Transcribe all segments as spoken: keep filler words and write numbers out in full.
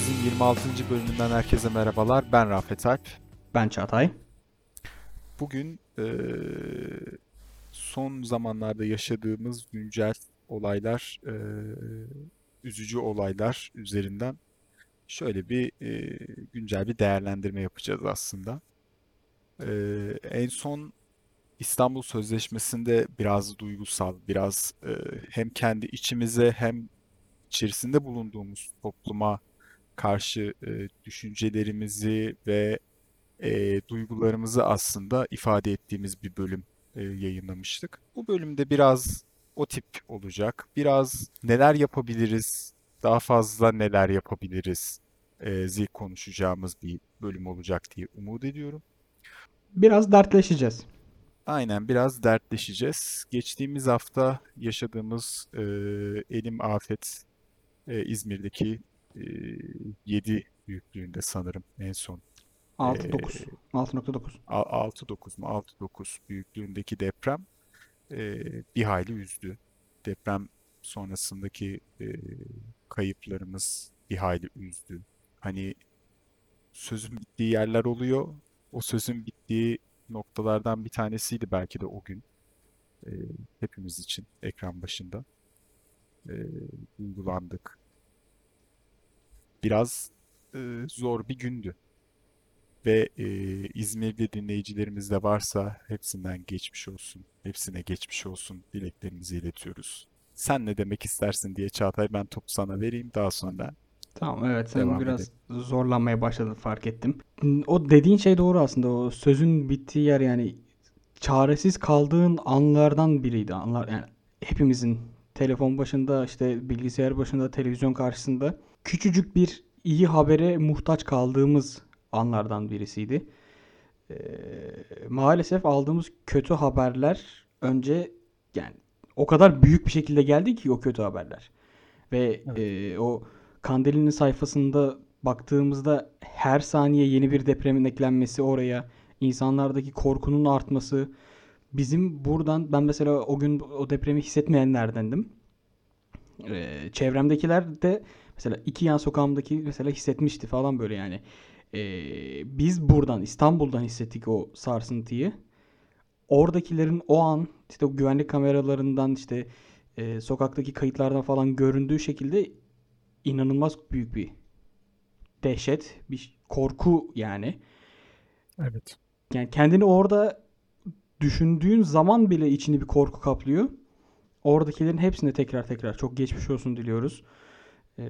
Podcast'imizin yirmi altıncı bölümünden herkese merhabalar. Ben Rafet Alp. Ben Çağatay. Bugün eee, son zamanlarda yaşadığımız güncel olaylar, eee, üzücü olaylar üzerinden şöyle bir eee, güncel bir değerlendirme yapacağız aslında. Eee, en son İstanbul Sözleşmesi'nde biraz duygusal, biraz eee, hem kendi içimize hem içerisinde bulunduğumuz topluma karşı e, düşüncelerimizi ve e, duygularımızı aslında ifade ettiğimiz bir bölüm e, yayınlamıştık. Bu bölümde biraz o tip olacak. Biraz neler yapabiliriz, daha fazla neler yapabiliriz e, zi konuşacağımız bir bölüm olacak diye umut ediyorum. Biraz dertleşeceğiz. Aynen biraz dertleşeceğiz. Geçtiğimiz hafta yaşadığımız e, elim afet e, İzmir'deki e, yedi büyüklüğünde sanırım en son e, altı dokuz. altı nokta dokuz. altı dokuz mu altı dokuz büyüklüğündeki deprem e, bir hayli üzdü. Deprem sonrasındaki e, kayıplarımız bir hayli üzdü. Hani sözün bittiği yerler oluyor. O sözün bittiği noktalardan bir tanesiydi belki de o gün e, hepimiz için ekran başında e, duygulandık. Biraz e, zor bir gündü. Ve e, İzmir'de dinleyicilerimiz de varsa hepsinden geçmiş olsun. Hepsine geçmiş olsun dileklerimizi iletiyoruz. Sen ne demek istersin diye Çağatay ben topu sana vereyim. Daha sonra Tamam, evet, sen devam edelim. biraz zorlanmaya başladın, fark ettim. O dediğin şey doğru aslında. O sözün bittiği yer, yani çaresiz kaldığın anlardan biriydi. Anlar, yani hepimizin telefon başında, işte bilgisayar başında, televizyon karşısında küçücük bir iyi habere muhtaç kaldığımız anlardan birisiydi. Ee, Maalesef aldığımız kötü haberler önce, yani o kadar büyük bir şekilde geldi ki o kötü haberler. Ve Evet. e, o Kandil'in sayfasında baktığımızda her saniye yeni bir depremin eklenmesi oraya, insanlardaki korkunun artması, bizim buradan, ben mesela o gün o depremi hissetmeyenlerdendim. Ee, çevremdekiler de mesela iki yan sokağımdaki mesela hissetmişti falan, böyle yani. Ee, biz buradan, İstanbul'dan hissettik o sarsıntıyı. Oradakilerin o an işte o güvenlik kameralarından, işte e, sokaktaki kayıtlardan falan göründüğü şekilde inanılmaz büyük bir dehşet, bir korku yani. Evet. Yani kendini orada düşündüğün zaman bile içini bir korku kaplıyor. Oradakilerin hepsine tekrar tekrar çok geçmiş olsun diliyoruz. Ee,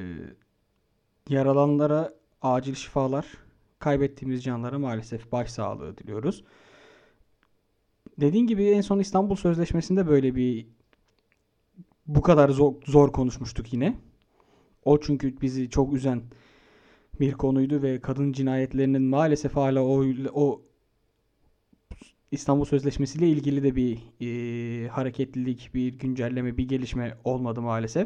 Yaralanlara acil şifalar, kaybettiğimiz canlara maalesef başsağlığı diliyoruz. Dediğin gibi en son İstanbul Sözleşmesi'nde böyle bir, bu kadar zor, zor konuşmuştuk yine. O çünkü bizi çok üzen bir konuydu ve kadın cinayetlerinin maalesef hala o, o İstanbul Sözleşmesi ile ilgili de bir e, hareketlilik, bir güncelleme, bir gelişme olmadı maalesef.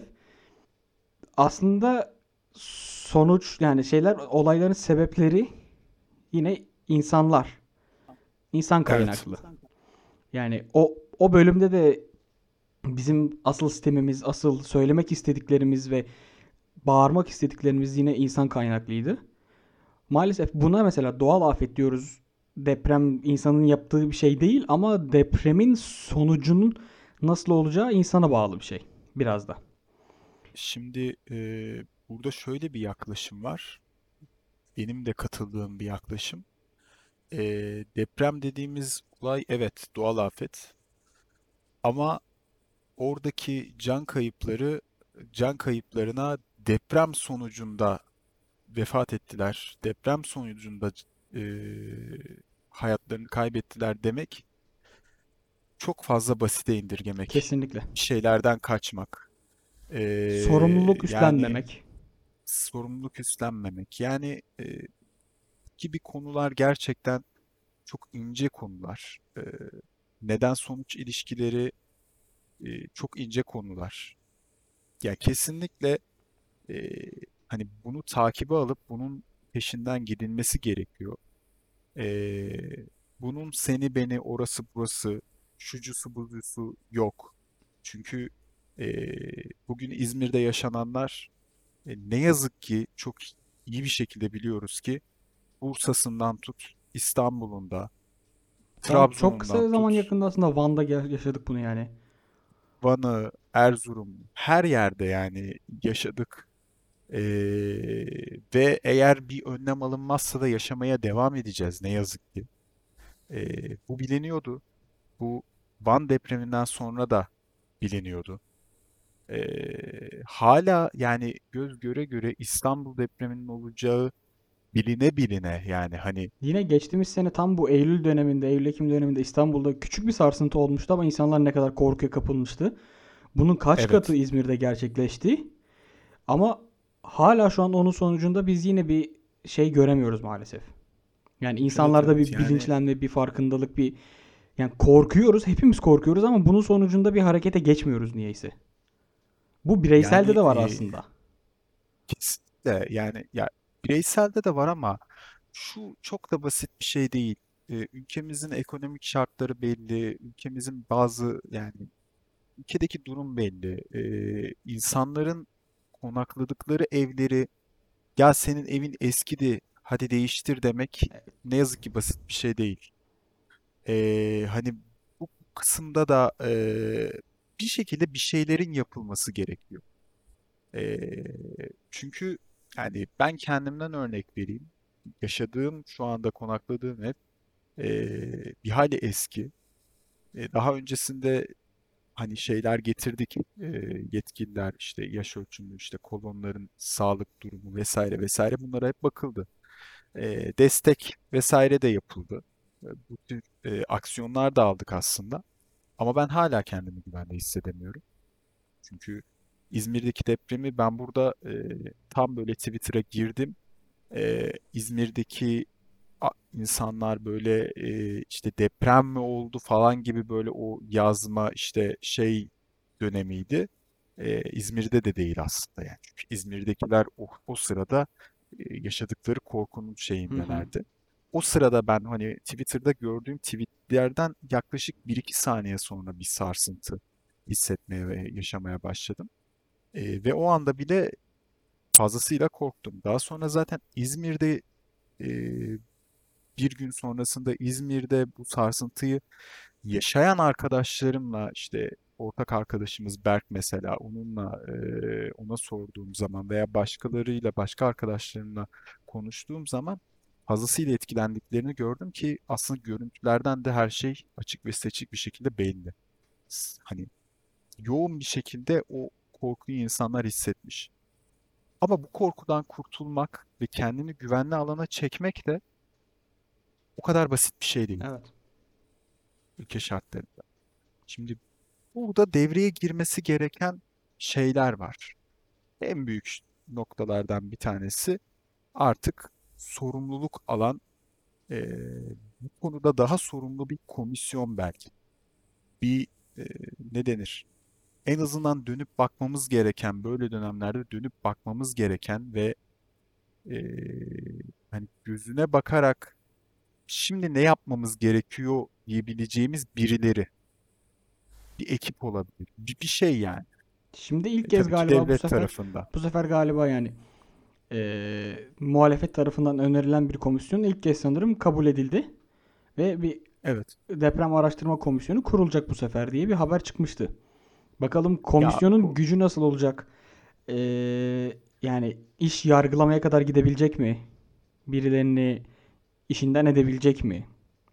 Aslında sonuç, yani şeyler, olayların sebepleri yine insanlar. İnsan Evet. kaynaklı. Yani o o bölümde de bizim asıl sistemimiz, asıl söylemek istediklerimiz ve bağırmak istediklerimiz yine insan kaynaklıydı. Maalesef buna mesela doğal afet diyoruz. Deprem insanın yaptığı bir şey değil, ama depremin sonucunun nasıl olacağı insana bağlı bir şey biraz da. Şimdi e, burada şöyle bir yaklaşım var. Benim de katıldığım bir yaklaşım. E, Deprem dediğimiz olay evet doğal afet. Ama oradaki can kayıpları can kayıplarına deprem sonucunda vefat ettiler, deprem sonucunda e, hayatlarını kaybettiler demek çok fazla basite indirgemek, Kesinlikle. bir şeylerden kaçmak, E, Sorumluluk yani üstlenmemek. sorumluluk üstlenmemek. Yani e, gibi konular gerçekten çok ince konular. E, neden sonuç ilişkileri e, çok ince konular. Ya kesinlikle e, hani bunu takibe alıp bunun peşinden gidilmesi gerekiyor. E, Bunun seni beni orası burası şucusu bucusu yok. Çünkü e, bugün İzmir'de yaşananlar e, ne yazık ki çok iyi bir şekilde biliyoruz ki Bursa'sından tut, İstanbul'unda, Daha çok Trabzon'undan kısa zaman tut, yakında aslında Van'da gel- yaşadık bunu yani. Van'ı, Erzurum, her yerde yani yaşadık. Ee, Ve eğer bir önlem alınmazsa da yaşamaya devam edeceğiz ne yazık ki. Ee, bu biliniyordu. Bu Van depreminden sonra da biliniyordu. Ee, hala yani göz göre göre İstanbul depreminin olacağı biline biline yani hani Yine geçtiğimiz sene tam bu Eylül döneminde, Eylül-Ekim döneminde İstanbul'da küçük bir sarsıntı olmuştu ama insanlar ne kadar korkuya kapılmıştı. Bunun kaç katı evet, İzmir'de gerçekleşti? Ama hala şu an onun sonucunda biz yine bir şey göremiyoruz maalesef. Yani evet, insanlarda evet bir yani bilinçlenme, bir farkındalık, bir yani korkuyoruz, hepimiz korkuyoruz ama bunun sonucunda bir harekete geçmiyoruz niyeyse. Bu bireyselde yani de var e, aslında. kesinlikle yani ya bireyselde de var ama şu çok da basit bir şey değil. Ee, ülkemizin ekonomik şartları belli, ülkemizin bazı yani ülkedeki durum belli. Ee, insanların konakladıkları evleri ya senin evin eskidi hadi değiştir demek ne yazık ki basit bir şey değil. Ee, hani bu kısımda da e, bir şekilde bir şeylerin yapılması gerekiyor. Ee, Çünkü yani ben kendimden örnek vereyim. Yaşadığım şu anda konakladığım ev e, bir hali eski. E, daha öncesinde hani şeyler getirdik, e, yetkililer işte yaş ölçümü işte kolonların sağlık durumu vesaire vesaire bunlara hep bakıldı. E, destek vesaire de yapıldı. E, bu tür e, aksiyonlar da aldık aslında. Ama ben hala kendimi güvende hissedemiyorum. Çünkü İzmir'deki depremi ben burada e, tam böyle Twitter'a girdim. E, İzmir'deki a- insanlar böyle e, işte deprem mi oldu falan gibi böyle o yazma işte şey dönemiydi. E, İzmir'de de değil aslında yani. Çünkü İzmir'dekiler o, o sırada e, yaşadıkları korkunun Hı hı. şeyindelerdi. O sırada ben hani Twitter'da gördüğüm tweetlerden yaklaşık bir iki saniye sonra bir sarsıntı hissetmeye ve yaşamaya başladım. E, ve o anda bile fazlasıyla korktum. Daha sonra zaten İzmir'de e, bir gün sonrasında İzmir'de bu sarsıntıyı yaşayan arkadaşlarımla işte ortak arkadaşımız Berk mesela onunla e, ona sorduğum zaman veya başkalarıyla başka arkadaşlarımla konuştuğum zaman fazlasıyla etkilendiklerini gördüm ki aslında görüntülerden de her şey açık ve seçik bir şekilde belli. S- Hani yoğun bir şekilde o korkuyu insanlar hissetmiş. Ama bu korkudan kurtulmak ve kendini güvenli alana çekmek de o kadar basit bir şey değil Evet. ülke şartlarında. Şimdi burada devreye girmesi gereken şeyler var. En büyük noktalardan bir tanesi artık sorumluluk alan, eee, bu konuda daha sorumlu bir komisyon belki. Bir eee, ne denir? En azından dönüp bakmamız gereken, böyle dönemlerde dönüp bakmamız gereken ve eee, hani gözüne bakarak şimdi ne yapmamız gerekiyor diyebileceğimiz birileri, bir ekip olabilir. Bir, bir şey yani. Şimdi ilk E, kez tabii ki galiba bu devlet sefer tarafından. bu sefer galiba yani eee, muhalefet tarafından önerilen bir komisyon ilk kez sanırım kabul edildi ve bir Evet. deprem araştırma komisyonu kurulacak bu sefer diye bir haber çıkmıştı. Bakalım Ya komisyonun ko- gücü nasıl olacak? Eee, yani iş yargılamaya kadar gidebilecek mi? Birilerini işinden edebilecek mi?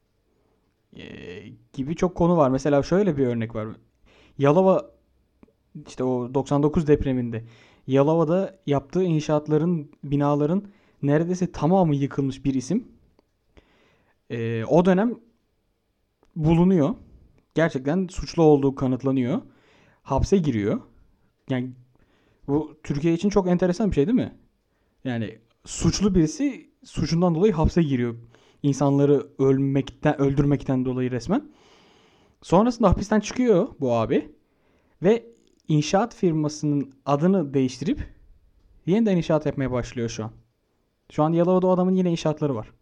Eee, gibi çok konu var. Mesela şöyle bir örnek var. Yalova işte o doksan dokuz depreminde Yalova'da yaptığı inşaatların, binaların neredeyse tamamı yıkılmış bir isim. Eee, o dönem bulunuyor. Gerçekten suçlu olduğu kanıtlanıyor. Hapse giriyor. Yani bu Türkiye için çok enteresan bir şey değil mi? Yani suçlu birisi suçundan dolayı hapse giriyor. İnsanları ölmekten, öldürmekten dolayı resmen. Sonrasında hapisten çıkıyor bu abi ve inşaat firmasının adını değiştirip yeniden inşaat yapmaya başlıyor şu an. Şu an Yalova'da o adamın yine inşaatları var.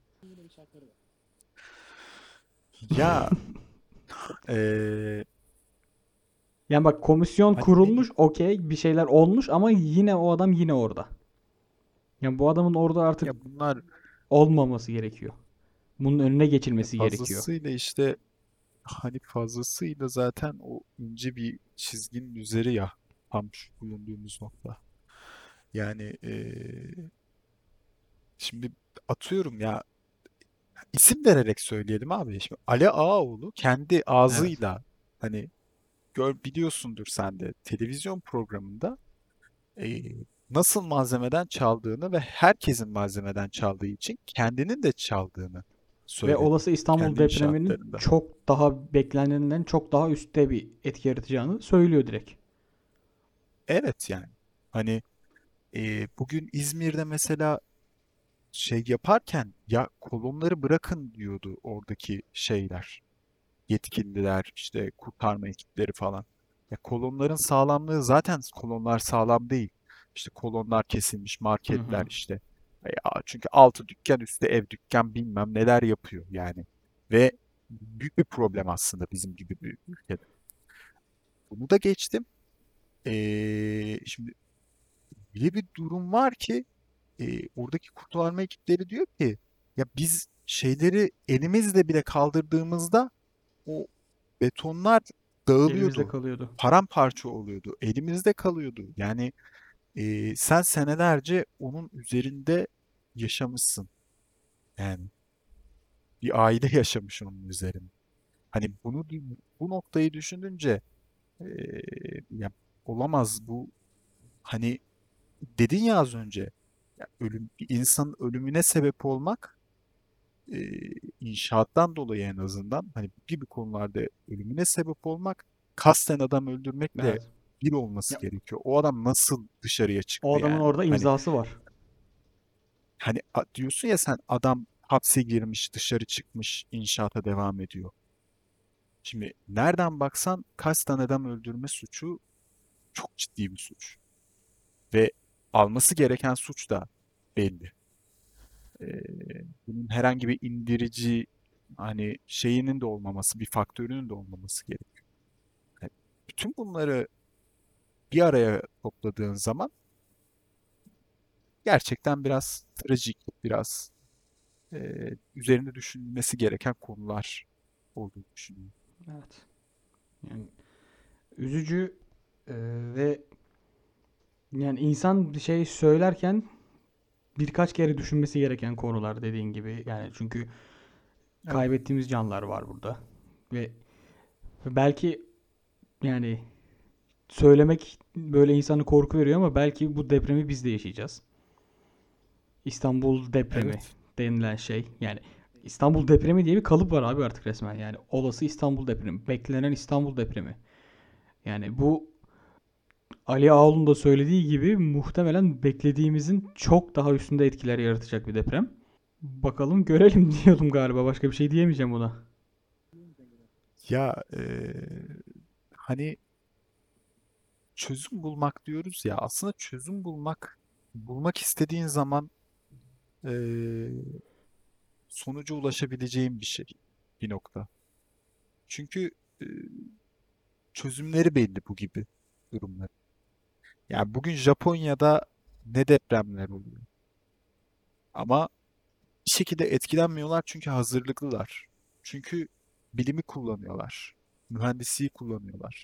ya eee, Yani bak komisyon hani ne kurulmuş, okey bir şeyler olmuş ama yine o adam yine orada. Yani bu adamın orada artık Ya bunlar olmaması gerekiyor. Bunun önüne ya geçilmesi gerekiyor. fazlasıyla işte hani fazlasıyla zaten o ince bir çizginin üzeri ya tam şu bulunduğumuz nokta. Yani eee, şimdi atıyorum ya isim vererek söyleyelim abi. Şimdi Ali Ağaoğlu kendi Evet. ağzıyla hani gör biliyorsundur sen de televizyon programında eee, nasıl malzemeden çaldığını ve herkesin malzemeden çaldığı için kendinin de çaldığını Ve söyledi. olası İstanbul Kendi depreminin inşaatlarında. çok daha beklenenden çok daha üstte bir etki yaratacağını söylüyor direkt. Evet yani. Hani eee, bugün İzmir'de mesela şey yaparken ya kolonları bırakın diyordu oradaki şeyler. Yetkililer işte kurtarma ekipleri falan. Ya kolonların sağlamlığı zaten kolonlar sağlam değil. İşte kolonlar kesilmiş Hı marketler hı. işte. Ya çünkü altı dükkan üstü ev dükkan bilmem neler yapıyor yani. Ve büyük bir problem aslında bizim gibi bir ülkede. Bunu da geçtim. Ee, şimdi öyle bir durum var ki e, oradaki kurtarma ekipleri diyor ki ya biz şeyleri elimizle bile kaldırdığımızda o betonlar Elimizde dağılıyordu. kalıyordu. Paramparça oluyordu. Elimizde kalıyordu. Yani e, sen senelerce onun üzerinde yaşamışsın. Yani bir aile yaşamış onun üzerinde. Hani bunu bu noktayı düşününce e, ya olamaz bu hani dedin ya az önce ya ölüm bir insanın ölümüne sebep olmak e, inşaattan dolayı en azından hani bu gibi konularda ölümüne sebep olmak kasten adam öldürmekle Evet. bir olması Ya, gerekiyor. O adam nasıl dışarıya o çıktı adamın yani? orada Hani imzası var. hani a- diyorsun ya sen adam hapse girmiş, dışarı çıkmış, inşaata devam ediyor. Şimdi nereden baksan kasten adam öldürme suçu çok ciddi bir suç ve alması gereken suç da belli. Ee, bunun herhangi bir indirici hani şeyinin de olmaması, bir faktörünün de olmaması gerekiyor. Yani bütün bunları bir araya topladığın zaman gerçekten biraz trajik, biraz e, üzerinde düşünülmesi gereken konular olduğunu düşünüyorum. Evet. Yani üzücü e, ve yani insan bir şey söylerken birkaç kere düşünmesi gereken konular dediğin gibi. Yani çünkü Evet. kaybettiğimiz canlar var burada. Ve belki yani söylemek böyle insanı korku veriyor ama belki bu depremi biz de yaşayacağız. İstanbul depremi Evet. denilen şey. Yani İstanbul depremi diye bir kalıp var abi artık resmen. Yani olası İstanbul depremi, beklenen İstanbul depremi. Yani bu Ali Ağaoğlu'nun da söylediği gibi muhtemelen beklediğimizin çok daha üstünde etkiler yaratacak bir deprem. Bakalım görelim diyorum galiba. Başka bir şey diyemeyeceğim buna. Ya e, hani çözüm bulmak diyoruz ya aslında çözüm bulmak bulmak istediğin zaman e, sonuca ulaşabileceğin bir şey bir nokta. Çünkü e, çözümleri belli bu gibi durumlar. Yani bugün Japonya'da ne depremler oluyor. Ama bir şekilde etkilenmiyorlar çünkü hazırlıklılar. Çünkü bilimi kullanıyorlar. Mühendisliği kullanıyorlar.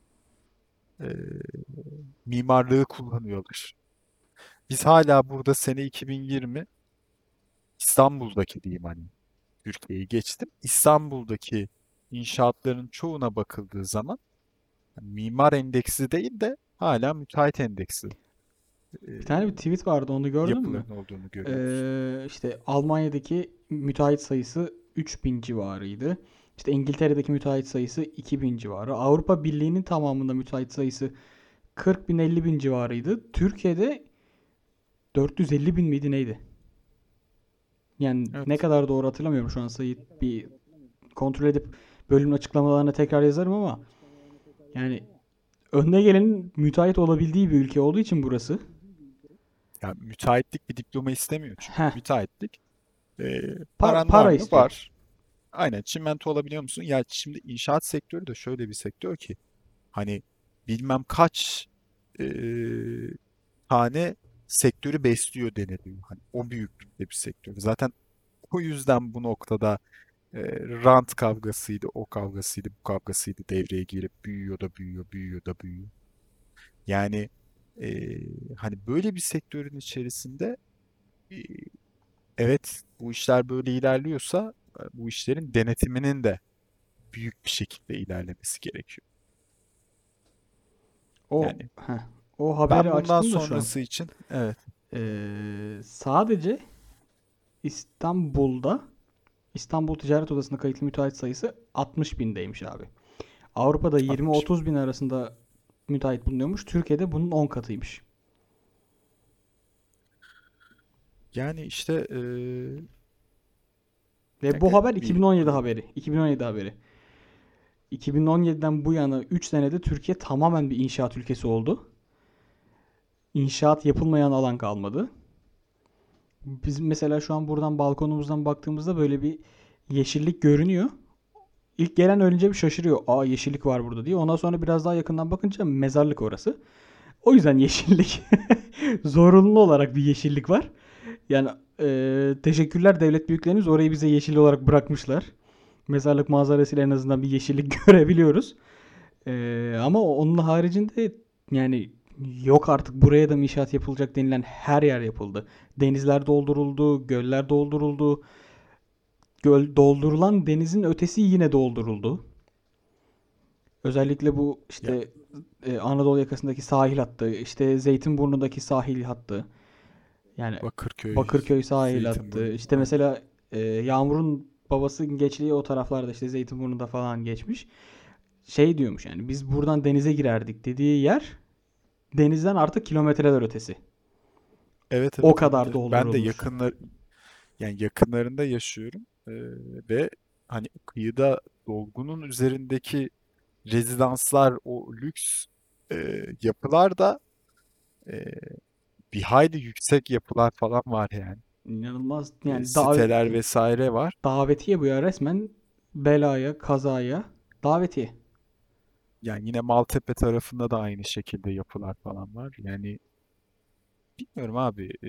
e, mimarlığı kullanıyorlar. Biz hala burada sene iki bin yirmi İstanbul'daki diyeyim hani Türkiye'yi geçtim. İstanbul'daki inşaatların çoğuna bakıldığı zaman yani mimar endeksi değil de hala müteahhit endeksi e, Bir tane bir tweet vardı, onu gördün mü? yapıların olduğunu görüyoruz. Ee, işte Almanya'daki müteahhit sayısı üç bin civarıydı. İşte İngiltere'deki müteahhit sayısı iki bin civarı. Avrupa Birliği'nin tamamında müteahhit sayısı kırk bin elli bin civarıydı. Türkiye'de dört yüz elli bin miydi neydi? Yani ne Evet. kadar doğru hatırlamıyorum şu an sayıyı, bir kontrol edip bölümün açıklamalarına tekrar yazarım ama yani önüne gelenin müteahhit olabildiği bir ülke olduğu için burası. Yani müteahhitlik bir diploma istemiyor çünkü. Heh, Müteahhitlik e, par- paran var para mı? istiyor. Var. Aynen çimento alabiliyor musun? Ya şimdi inşaat sektörü de şöyle bir sektör ki hani bilmem kaç e, tane sektörü besliyor deniliyor. Hani o büyüklükte bir sektör. Zaten o yüzden bu noktada e, rant kavgasıydı, o kavgasıydı, bu kavgasıydı devreye girip büyüyor da büyüyor, büyüyor da büyüyor. Yani e, hani böyle bir sektörün içerisinde e, evet bu işler böyle ilerliyorsa e, bu işlerin denetiminin de büyük bir şekilde ilerlemesi gerekiyor. O Yani heh, o haberi ben bundan açtım da şu an. sonrası için evet Ee, sadece İstanbul'da İstanbul Ticaret Odası'nda kayıtlı müteahhit sayısı altmış bindeymiş abi. Avrupa'da altmış. yirmi otuz bin arasında müteahhit bulunuyormuş. Türkiye'de bunun on katıymış. Yani işte e, Ve ya bu garip haber bir iki bin on yedi durum. haberi. iki bin on yedi haberi. iki bin on yediden bu yana üç senede Türkiye tamamen bir inşaat ülkesi oldu. İnşaat yapılmayan alan kalmadı. Biz mesela şu an buradan balkonumuzdan baktığımızda böyle bir yeşillik görünüyor. İlk gelen önce bir şaşırıyor. Aa, yeşillik var burada diye. Ondan sonra biraz daha yakından bakınca mezarlık orası. O yüzden yeşillik. Zorunlu olarak bir yeşillik var. Yani e, teşekkürler devlet büyüklerimiz, orayı bize yeşil olarak bırakmışlar. Mezarlık manzarasıyla en azından bir yeşillik görebiliyoruz. E, ama onun haricinde yani yok artık, buraya da mı inşaat yapılacak denilen her yer yapıldı. Denizler dolduruldu, göller dolduruldu. Göl doldurulan denizin ötesi yine dolduruldu. Özellikle bu Ya işte e, Anadolu yakasındaki sahil hattı, işte Zeytinburnu'ndaki sahil hattı. Yani Bakırköy, Bakırköy sahil hattı. Zeytinburnu. İşte Aynen. mesela e, Yağmur'un babası geçtiği o taraflarda, işte Zeytinburnu'nda falan geçmiş. Şey diyormuş, yani biz buradan denize girerdik dediği yer denizden artık kilometreler ötesi. Evet O evet evet kadar bilirim. Ben de doldurulmuş. yakınlar yani yakınlarında yaşıyorum. Ee, ve hani kıyıda dolgunun üzerindeki rezidanslar, o lüks e, yapılar da e, bir hayli yüksek yapılar falan var yani. İnanılmaz E, yani, dav siteler vesaire var. davetiye bu ya, resmen belaya, kazaya davetiye. Yani yine Maltepe tarafında da aynı şekilde yapılar falan var. Yani bilmiyorum abi. e,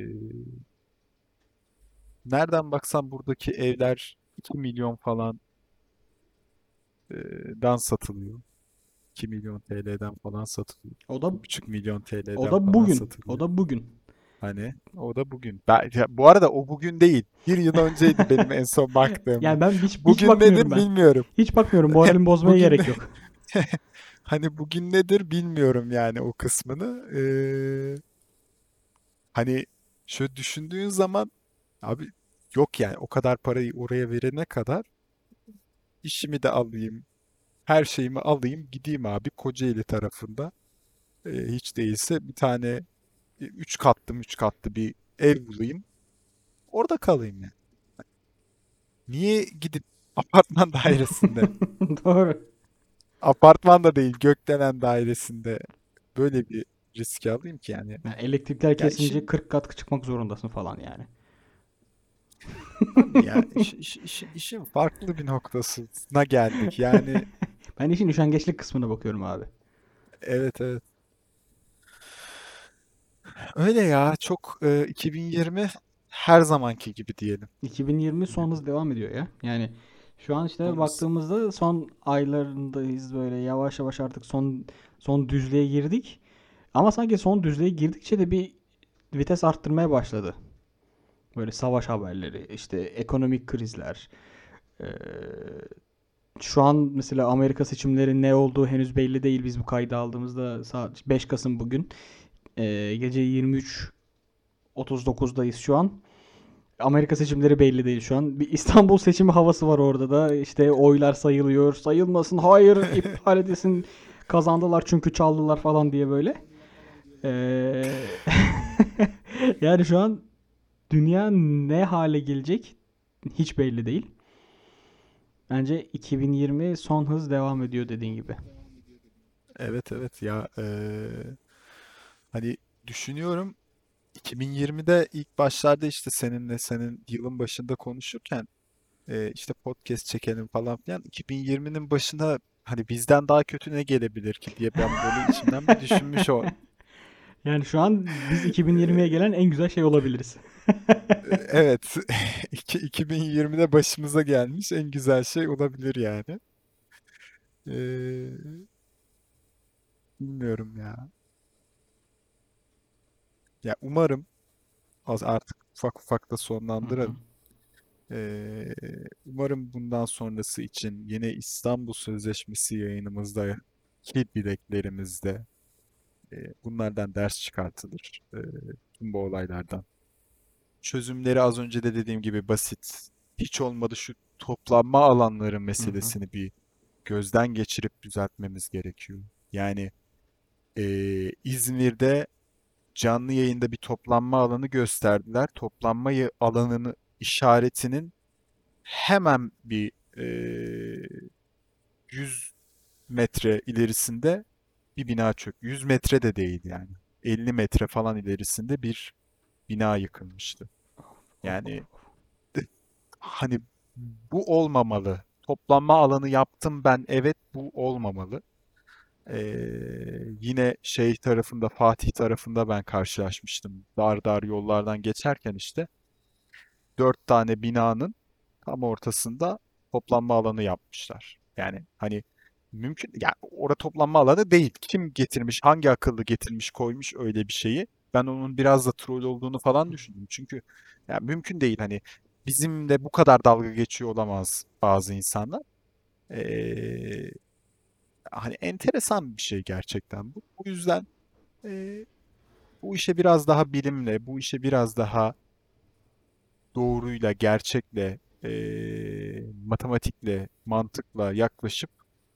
nereden baksan buradaki evler iki milyon falan e, dan satılıyor. iki milyon T L'den falan satılıyor. O da iki buçuk milyon o T L'den da falan bugün. O satılıyor. da bugün. Hani o da bugün. Ben, ya bu arada o bugün değil. Bir yıl önceydi benim en son baktığımda. Yani ben hiç hiç Bugün bakmıyorum nedir ben. bilmiyorum. Hiç bakmıyorum. Moralimi bozmaya Bugün gerek yok. hani bugün nedir bilmiyorum yani o kısmını. Ee, hani şöyle düşündüğün zaman abi yok yani o kadar parayı oraya verene kadar işimi de alayım, her şeyimi alayım, gideyim abi Kocaeli tarafında. Ee, hiç değilse bir tane e, üç katlı üç katlı bir ev bulayım. Orada kalayım yani. Niye gidip apartman dairesinde, Doğru. apartman da değil gökdelen dairesinde böyle bir riski alayım ki yani. Yani elektrikler Ya kesince işin kırk kat çıkmak zorundasın falan yani. abi ya iş, iş- iş- işin farklı bir noktasına geldik. Yani Ben işin üşengeçlik kısmına bakıyorum abi. evet evet. Öyle ya çok e, iki bin yirmi her zamanki gibi diyelim. iki bin yirmi Hani son hız devam ediyor ya. Yani şu an işte sonuz. baktığımızda son aylarındayız, böyle yavaş yavaş artık son son düzlüğe girdik. Ama sanki son düzlüğe girdikçe de bir vites arttırmaya başladı. Böyle savaş haberleri, işte ekonomik krizler. Ee, Şu an mesela Amerika seçimleri ne olduğu henüz belli değil. Biz bu kaydı aldığımızda saat beş Kasım bugün. Ee, gece yirmi üç otuz dokuzdayız şu an. Amerika seçimleri belli değil şu an. Bir İstanbul seçimi havası var orada da. İşte oylar sayılıyor. Sayılmasın, hayır, iptal edilsin. Kazandılar çünkü çaldılar falan diye böyle. Ee, yani şu an dünya ne hale gelecek hiç belli değil. Bence iki bin yirmi son hız devam ediyor dediğin gibi. Evet evet ya e, hani düşünüyorum iki bin yirmide ilk başlarda işte seninle senin yılın başında konuşurken e, işte podcast çekelim falan filan iki bin yirminin başına hani bizden daha kötü ne gelebilir ki diye ben böyle içimden bir düşünmüş o Yani şu an biz iki bin yirmiye gelen en güzel şey olabiliriz. Evet, iki- 2020'de başımıza gelmiş en güzel şey olabilir yani. Ee, Bilmiyorum ya. Ya umarım az artık ufak ufak da Hı hı. sonlandıralım. Ee, Umarım bundan sonrası için yine İstanbul Sözleşmesi yayınımızda ki dileklerimizde e, bunlardan ders çıkartılır. E, tüm bu olaylardan. Çözümleri az önce de dediğim gibi basit. Hiç olmadı şu toplanma alanları Hı hı. meselesini bir gözden geçirip düzeltmemiz gerekiyor. Yani e, İzmir'de canlı yayında bir toplanma alanı gösterdiler. Toplanma ya- alanının işaretinin hemen bir e, yüz metre ilerisinde bir bina çök. yüz metre de değil yani. elli metre falan ilerisinde bir bina yıkılmıştı. Of, of, Yani of. de- hani bu olmamalı. Toplanma alanı yaptım ben. Evet, bu olmamalı. Ee, yine şey tarafında Fatih tarafında ben karşılaşmıştım. Dar dar yollardan geçerken işte dört tane binanın tam ortasında toplanma alanı yapmışlar. Yani hani mümkün yani orada toplanma alanı değil. Kim getirmiş, hangi akıllı getirmiş, koymuş öyle bir şeyi. Ben onun biraz da troll olduğunu falan düşündüm. Çünkü yani mümkün değil hani bizimle bu kadar dalga geçiyor olamaz bazı insanlar. Ee, Hani enteresan bir şey gerçekten bu. Bu yüzden e, bu işe biraz daha bilimle, bu işe biraz daha doğruyla, gerçekle, e, matematikle, mantıkla yaklaşıp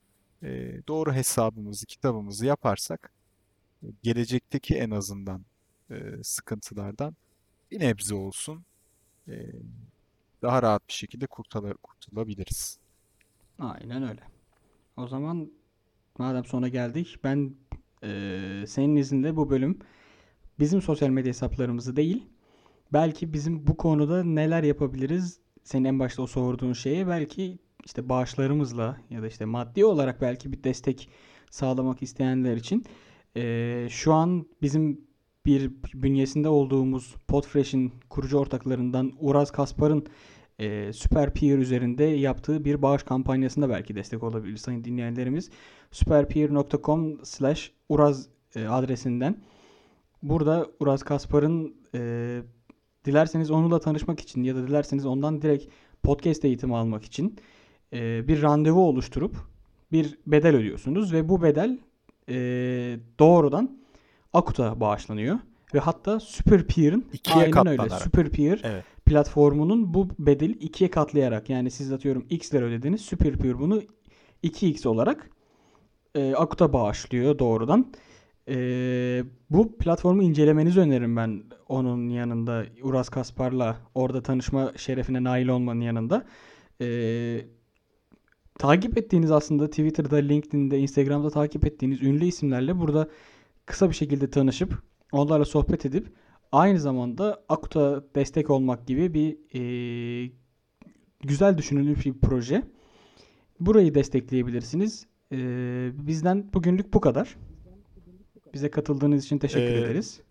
e, doğru hesabımızı, kitabımızı yaparsak e, gelecekteki en azından e, sıkıntılardan bir nebze olsun e, daha rahat bir şekilde kurtula- kurtulabiliriz. Aynen öyle. O zaman madem sona geldik, ben eee, senin izninle bu bölüm bizim sosyal medya hesaplarımızı değil, belki bizim bu konuda neler yapabiliriz? Senin en başta o sorduğun şeye belki işte bağışlarımızla ya da işte maddi olarak belki bir destek sağlamak isteyenler için eee, şu an bizim bir bünyesinde olduğumuz Podfresh'in kurucu ortaklarından Uraz Kaspar'ın eee Super Peer üzerinde yaptığı bir bağış kampanyasında belki destek olabilir sayın dinleyenlerimiz. superpeer nokta com slash uraz e, adresinden. Burada Uraz Kaspar'ın e, dilerseniz onunla tanışmak için ya da dilerseniz ondan direkt podcast eğitimi almak için e, bir randevu oluşturup bir bedel ödüyorsunuz ve bu bedel e, doğrudan Akut'a bağışlanıyor. Ve hatta Superpeer'in İkiye aynen öyle katlanarak. Superpeer Evet. platformunun bu bedeli ikiye katlayarak, yani siz atıyorum X lira ödediniz, Superpeer bunu iki x olarak e, Akut'a bağışlıyor doğrudan. E, bu platformu incelemenizi öneririm ben, onun yanında Uras Kaspar'la orada tanışma şerefine nail olmanın yanında. E, Takip ettiğiniz, aslında Twitter'da, LinkedIn'de, Instagram'da takip ettiğiniz ünlü isimlerle burada kısa bir şekilde tanışıp onlarla sohbet edip aynı zamanda Akut'a destek olmak gibi bir e, güzel düşünülmüş bir proje. Burayı destekleyebilirsiniz. E, bizden bugünlük bu kadar. Bize katıldığınız için teşekkür E, ederiz.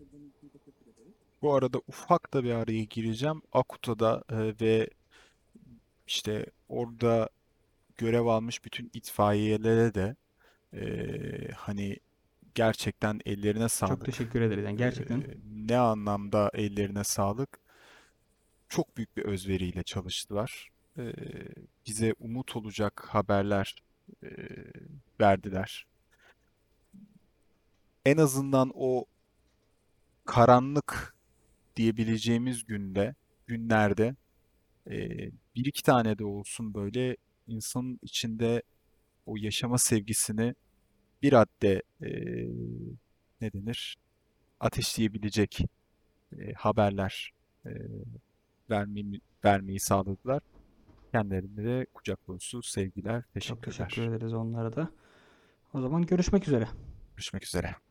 Bu arada ufak da bir araya gireceğim. Akuta'da e, ve işte orada görev almış bütün itfaiyelere de e, hani gerçekten ellerine Çok sağlık. teşekkür ederiz. Yani E, gerçekten Ne anlamda ellerine sağlık? Çok büyük bir özveriyle çalıştılar. E, Bize umut olacak haberler e, verdiler. En azından o karanlık diyebileceğimiz günde, günlerde e, bir iki tane de olsun böyle insanın içinde o yaşama sevgisini bir hadde e, ne denir? Ateşleyebilecek e, haberler e, vermeyi, vermeyi sağladılar. Kendilerine de kucak dolusu sevgiler, çok teşekkür teşekkürler. ederiz onlara da. O zaman görüşmek üzere. Görüşmek üzere.